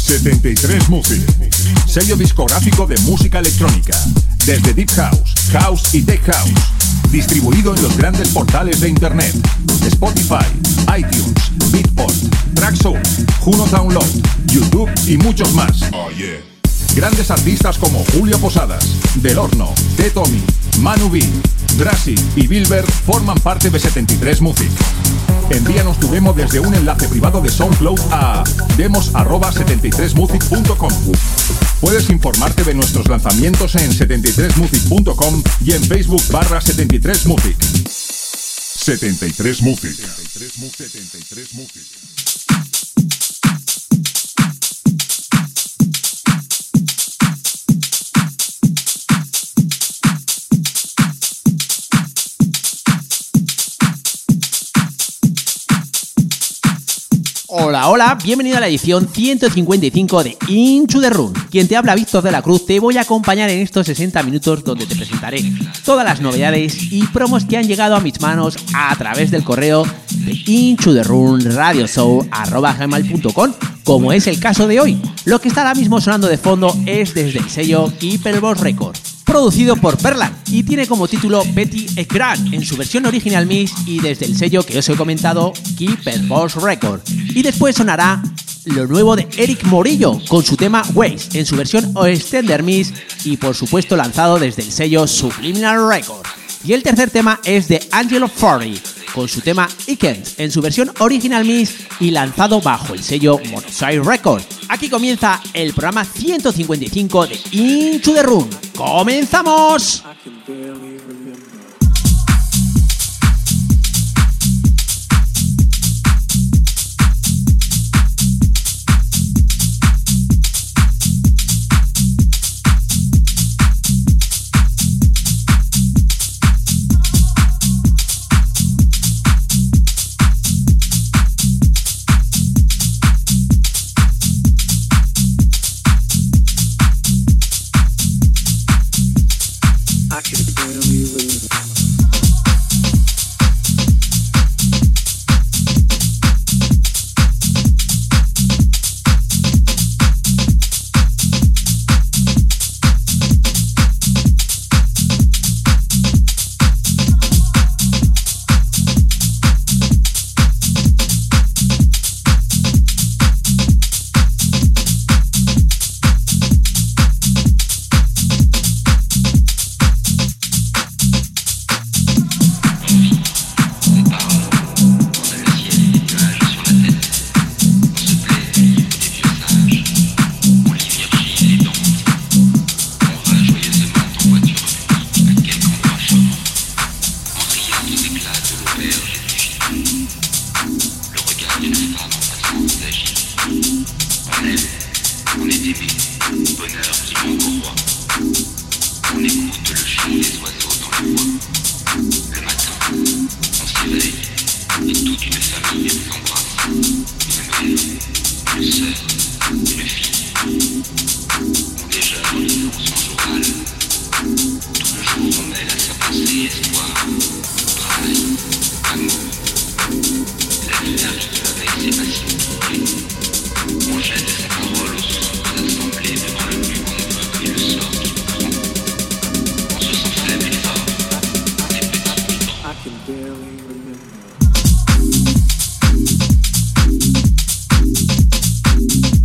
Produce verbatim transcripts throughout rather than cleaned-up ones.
setenta y tres Music, sello discográfico de música electrónica, desde Deep House, House y Tech House, distribuido en los grandes portales de internet, Spotify, iTunes, Beatport, Traxsource, Juno Download, YouTube y muchos más. Oh, yeah. Grandes artistas como Julio Posadas, Del Horno, T. Tommy, Manu B, Drassi y Bilber forman parte de setenta y tres Music. Envíanos tu demo desde un enlace privado de SoundCloud a demos arroba setenta y tres music punto com. Puedes informarte de nuestros lanzamientos en setenta y tres music punto com y en Facebook barra setenta y tres Music. setenta y tres Music. setenta y tres Music. Hola, hola, bienvenido a la edición ciento cincuenta y cinco de Into the Room. Quien te habla, Víctor de la Cruz, te voy a acompañar en estos sesenta minutos donde te presentaré todas las novedades y promos que han llegado a mis manos a través del correo de into the room radio show arroba gmail punto com, como es el caso de hoy. Lo que está ahora mismo sonando de fondo es desde el sello Hyperbox Records, producido por Perlan y tiene como título Betty Ekran en su versión original mix y desde el sello que os he comentado, Hyperbox Records. Y después sonará lo nuevo de Eric Morillo con su tema Waze en su versión extender mix y por supuesto lanzado desde el sello Subliminal Records. Y el tercer tema es de Angelo Forey con su tema Weekend en su versión original mix y lanzado bajo el sello Monoside Records. Aquí comienza el programa ciento cincuenta y cinco de Into the Room. ¡Comenzamos! Barely remember.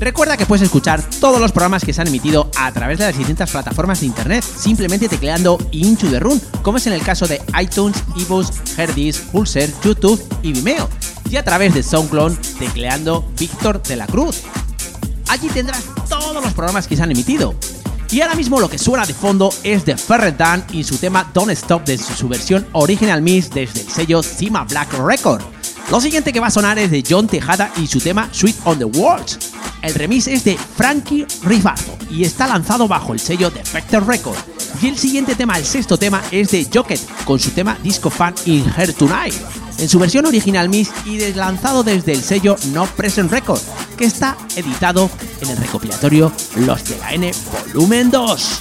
Recuerda que puedes escuchar todos los programas que se han emitido a través de las distintas plataformas de internet, simplemente tecleando Into the Room, como es en el caso de iTunes, iVoox, Herdis, Pulser, YouTube y Vimeo, y a través de SoundCloud tecleando Víctor de la Cruz. Allí tendrás todos los programas que se han emitido. Y ahora mismo lo que suena de fondo es de Ferret Dawn y su tema Don't Stop de su, su versión Original Mix desde el sello Cima Black Record. Lo siguiente que va a sonar es de John Tejada y su tema Sweet on the Words. El remix es de Frankie Rifardo y está lanzado bajo el sello Defected Record. Y el siguiente tema, el sexto tema, es de Jocket con su tema Disco Fan in Here Tonight, en su versión Original Mix y lanzado desde el sello No Present Record, que está editado en el recopilatorio Los de la N Volumen dos.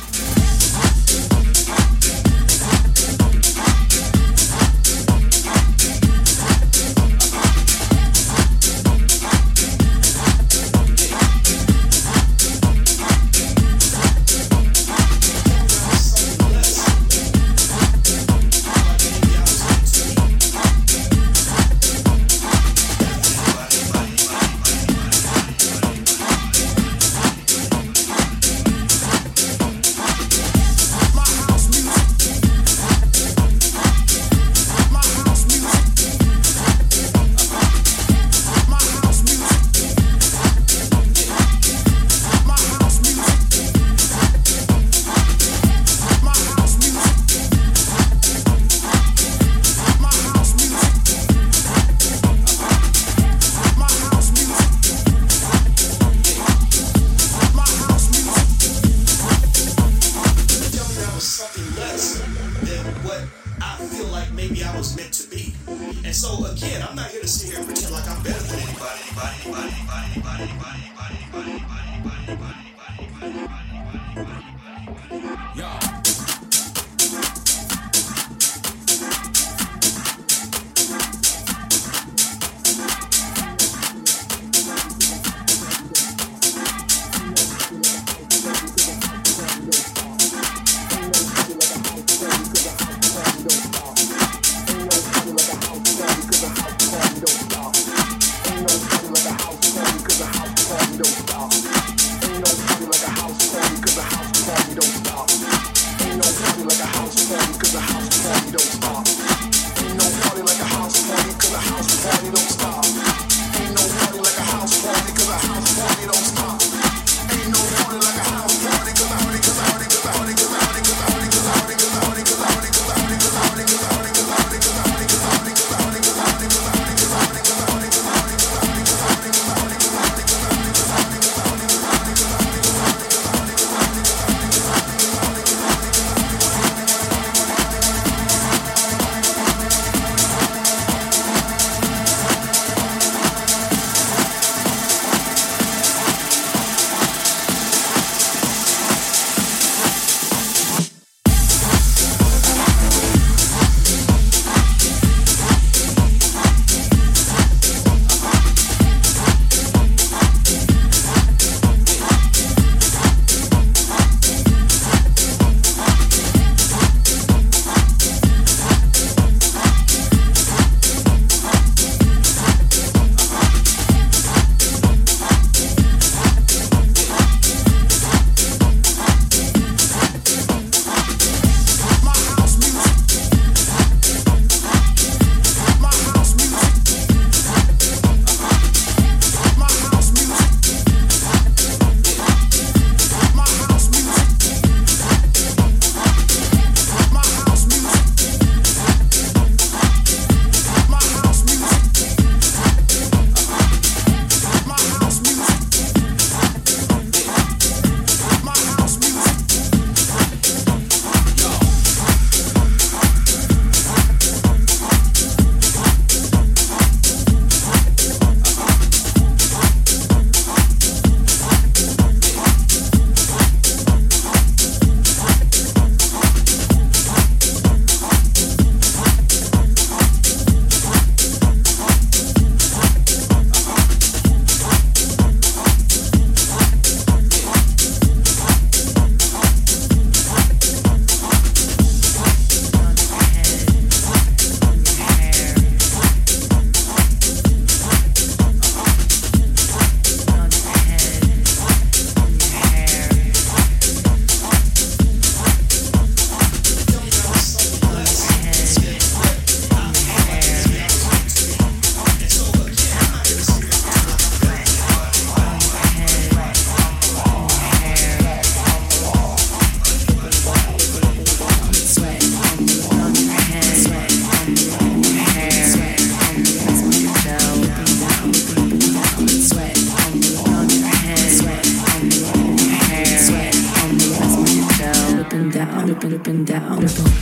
and down, up and up and down. Up and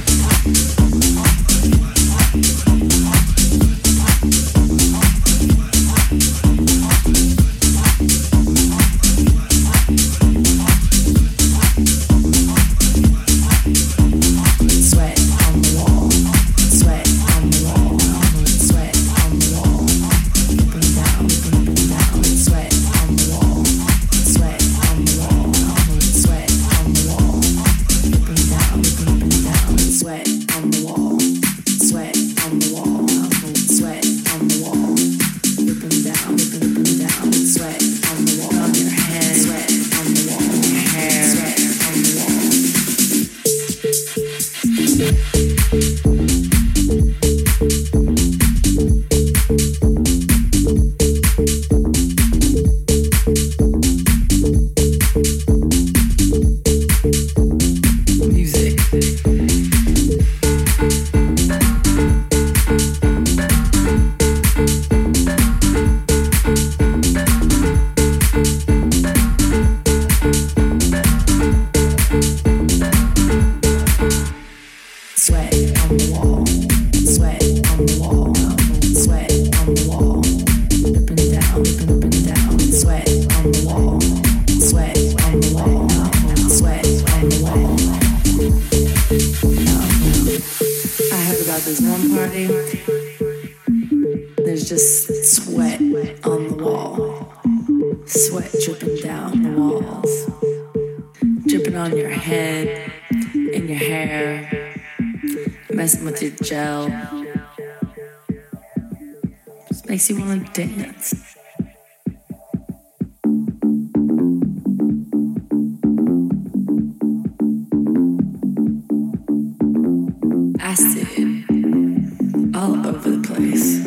makes you want to dance. Acid all over the place.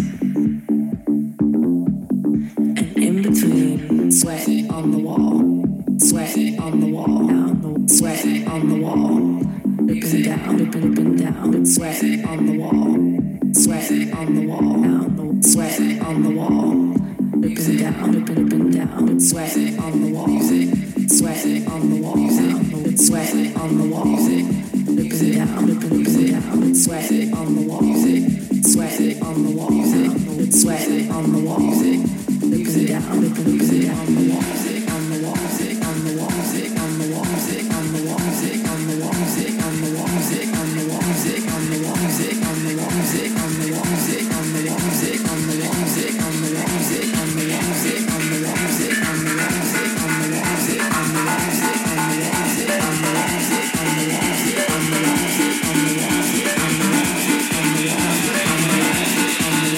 And in between, sweat on the wall, sweat on the wall, down, sweat on the wall, up and down, up and up and down, sweat on the wall, sweat on the wall, down, sweat on the wall, up and down, up and up and down, sweat on the wall, sweat on the wall, down, sweat on the wall, up and down, up and up and down, sweat on the wall, sweat on the wall, down, sweat on the wall, up and down, up and up and down the wall, on the wall, on the wall, on the wall, on the wall, on the wall, on the wall, on the wall, on the wall, on the wall, on the wall, on the wall, on the wall. On the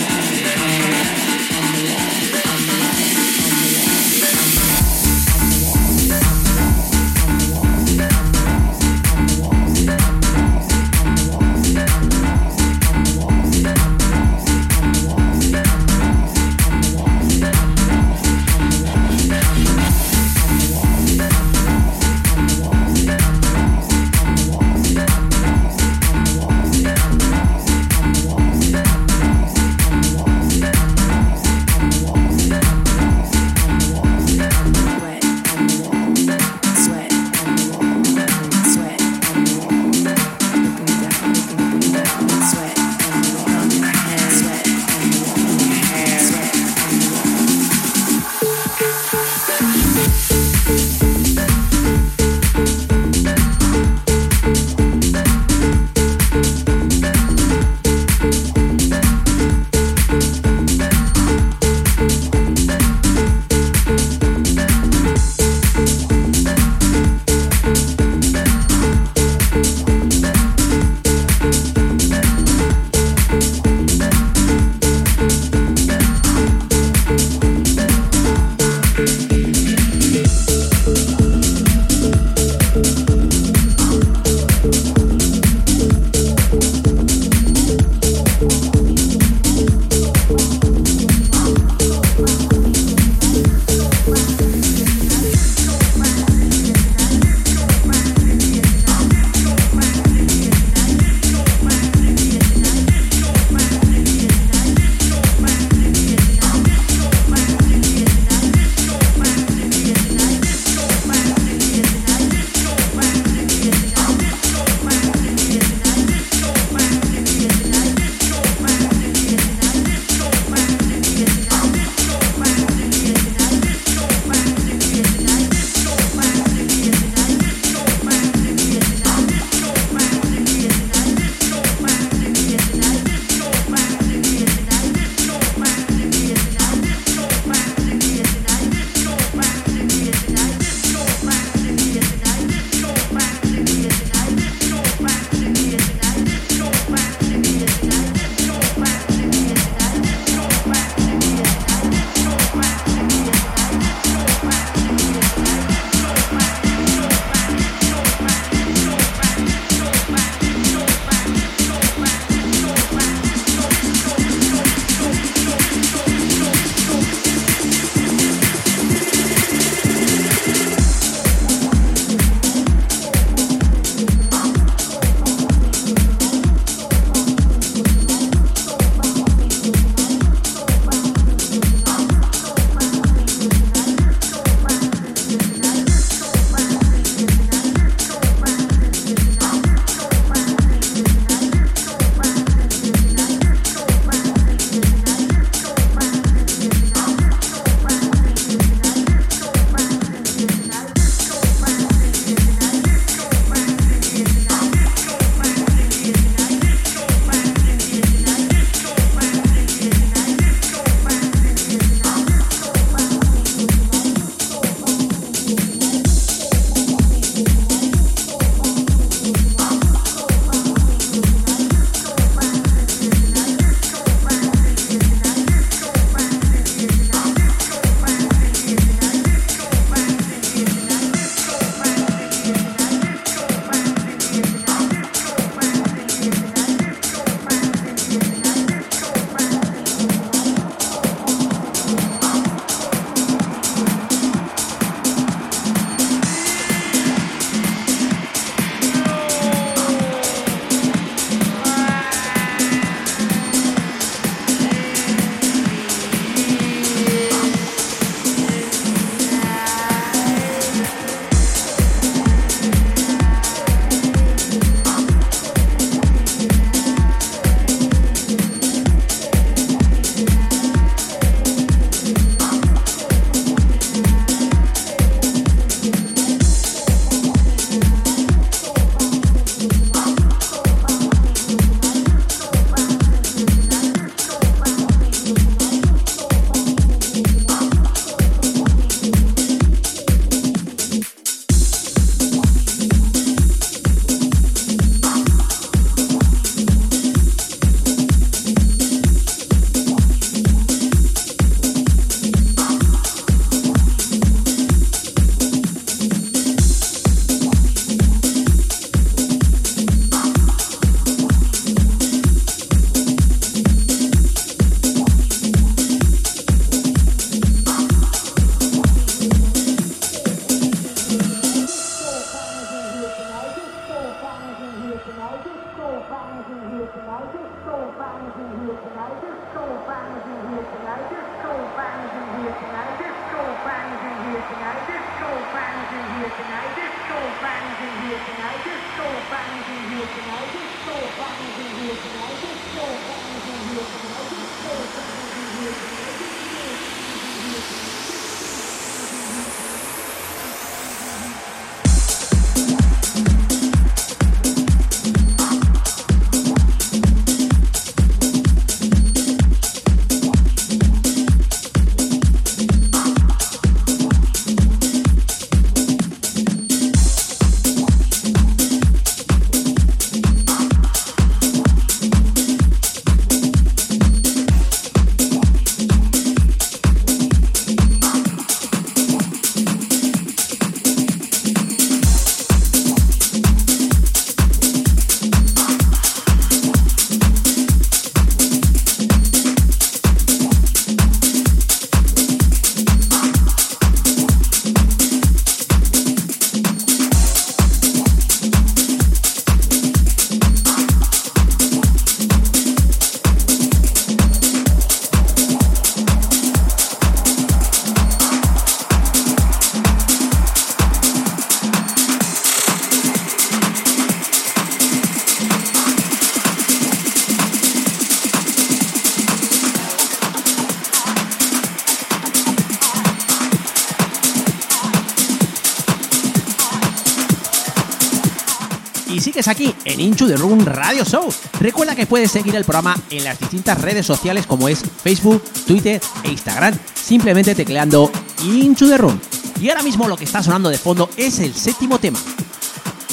y sigues aquí en Into the Room Radio Show. Recuerda que puedes seguir el programa en las distintas redes sociales como es Facebook, Twitter e Instagram, simplemente tecleando Into the Room. Y ahora mismo lo que está sonando de fondo es el séptimo tema.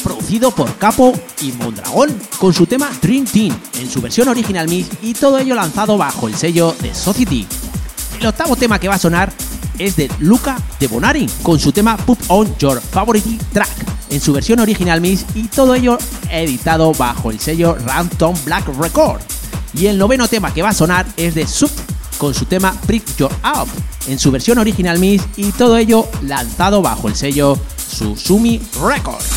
producido por Capo y Mondragón, con su tema Dream Team, en su versión original mix, y todo ello lanzado bajo el sello de Society. El octavo tema que va a sonar es de Luca de Bonari, con su tema Put On Your Favorite Track, en su versión original mix, y todo ello editado bajo el sello Rantom Black Record. Y el noveno tema que va a sonar es de Sub, con su tema Prick Your Up, en su versión original mix, y todo ello lanzado bajo el sello Susumi Records.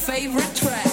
favorite track.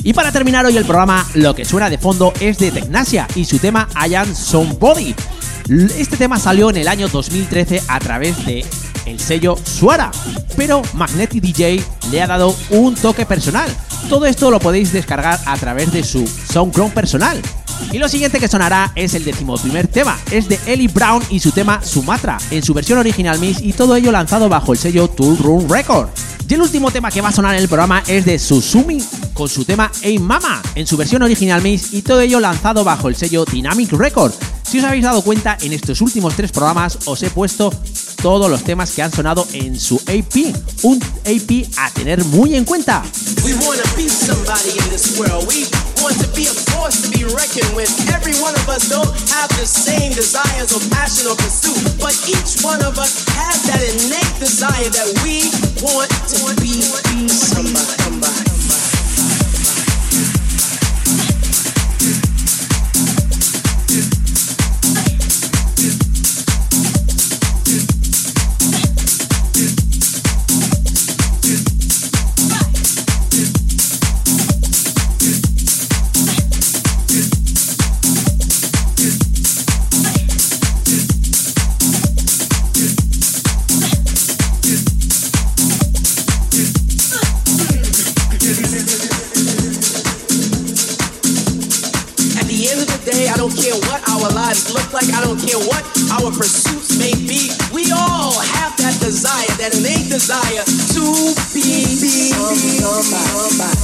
Y para terminar hoy el programa, lo que suena de fondo es de Tecnasia y su tema I Am Somebody. Este tema salió en el año dos mil trece a través de el sello Suara, pero Magnetic D J le ha dado un toque personal. Todo esto lo podéis descargar a través de su SoundCloud personal. Y lo siguiente que sonará es el decimoprimer tema, es de Ellie Brown y su tema Sumatra, en su versión original mix, y todo ello lanzado bajo el sello Tool Room Records. Y el último tema que va a sonar en el programa es de Susumi con su tema Hey Mama, en su versión original mix, y todo ello lanzado bajo el sello Dynamic Records. Si os habéis dado cuenta, en estos últimos tres programas os he puesto todos los temas que han sonado en su A P, un A P a tener muy en cuenta. We want to be somebody in this world. We want to be a force to be reckoned with. Every one of us don't have the same desires or passion or pursuit, but each one of us has that innate desire that we want to be somebody. somebody. Look like I don't care what our pursuits may be. We all have that desire, that innate desire to be, be, be somebody.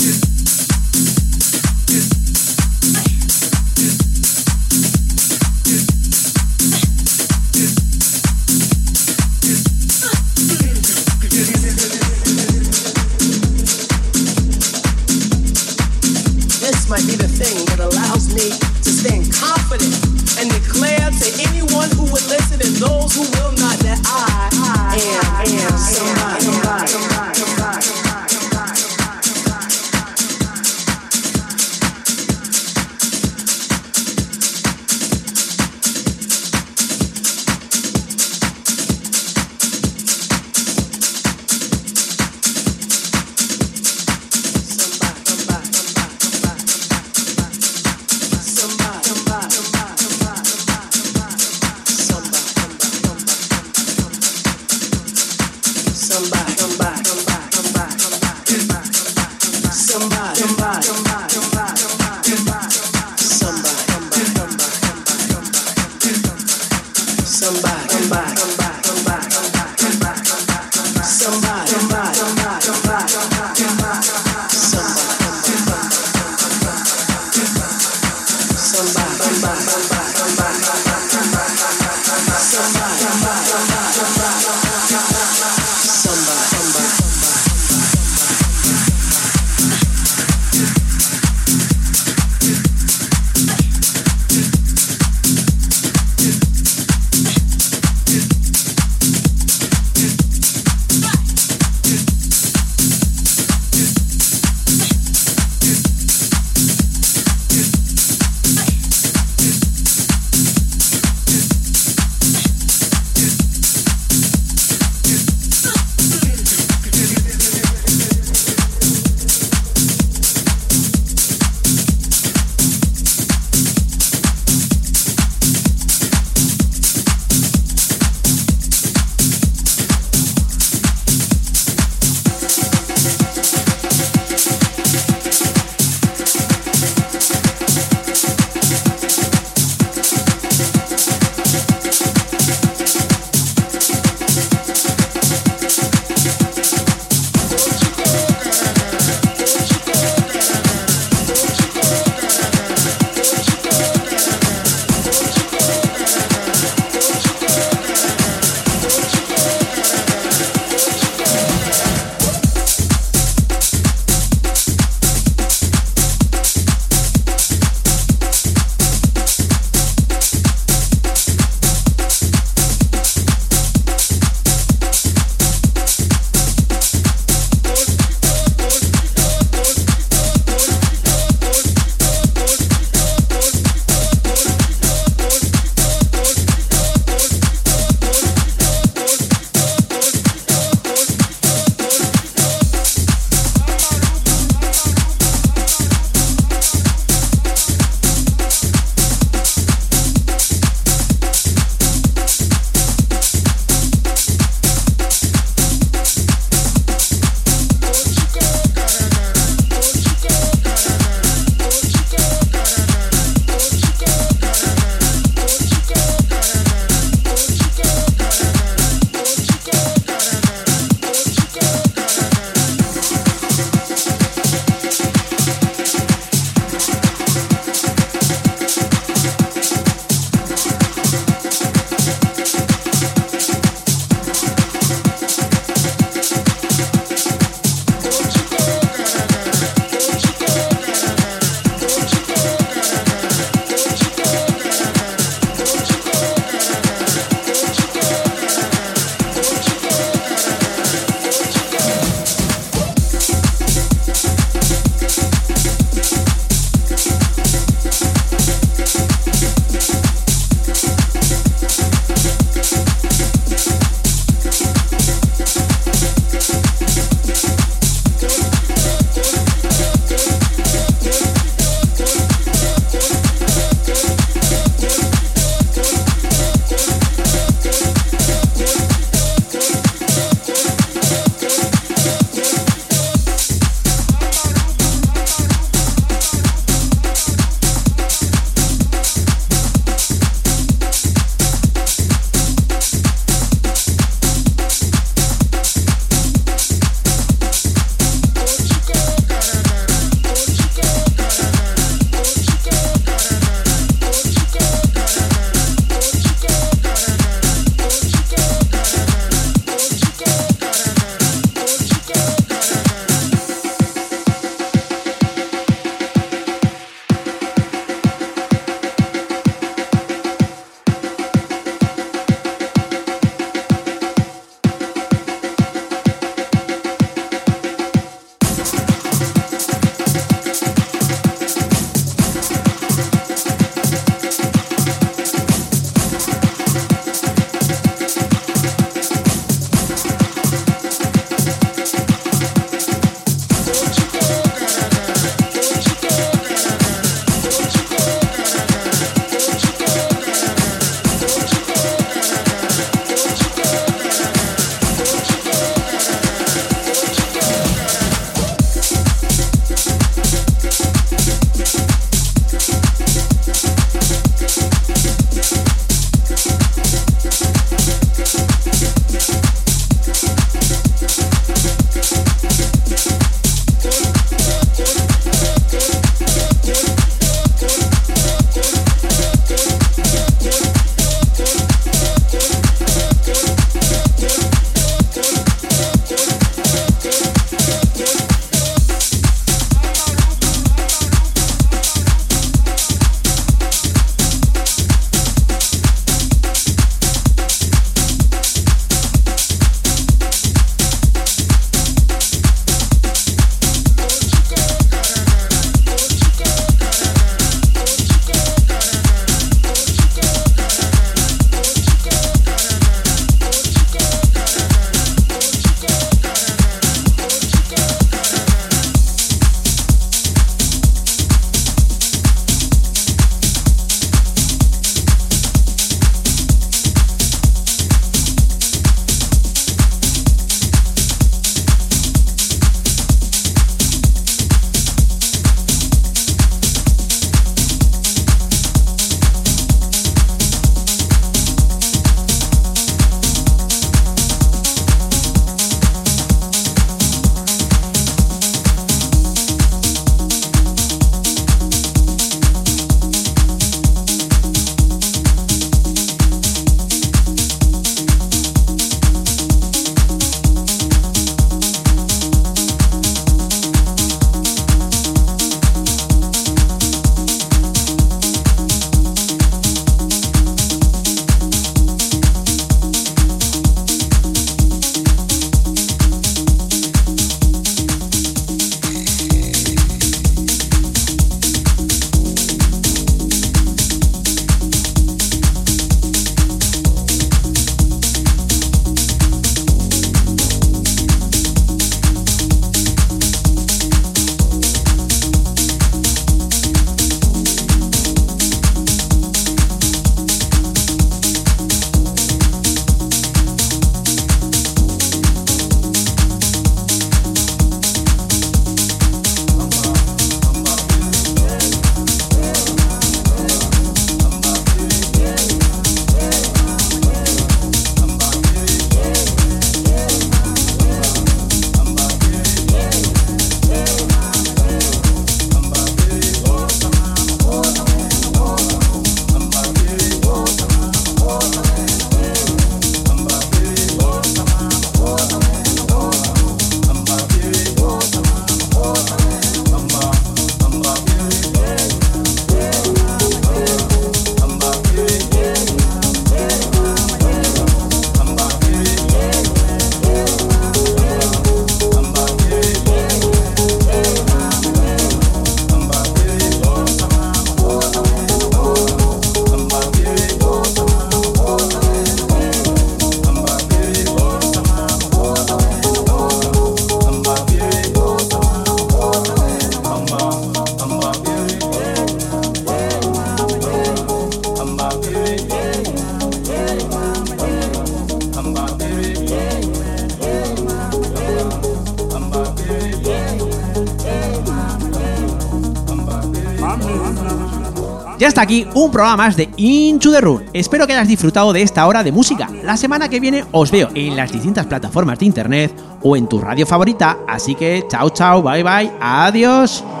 Ya está aquí un programa más de Into the Room. Espero que hayas disfrutado de esta hora de música. La semana que viene os veo en las distintas plataformas de internet o en tu radio favorita. Así que chao, chao, bye, bye, adiós.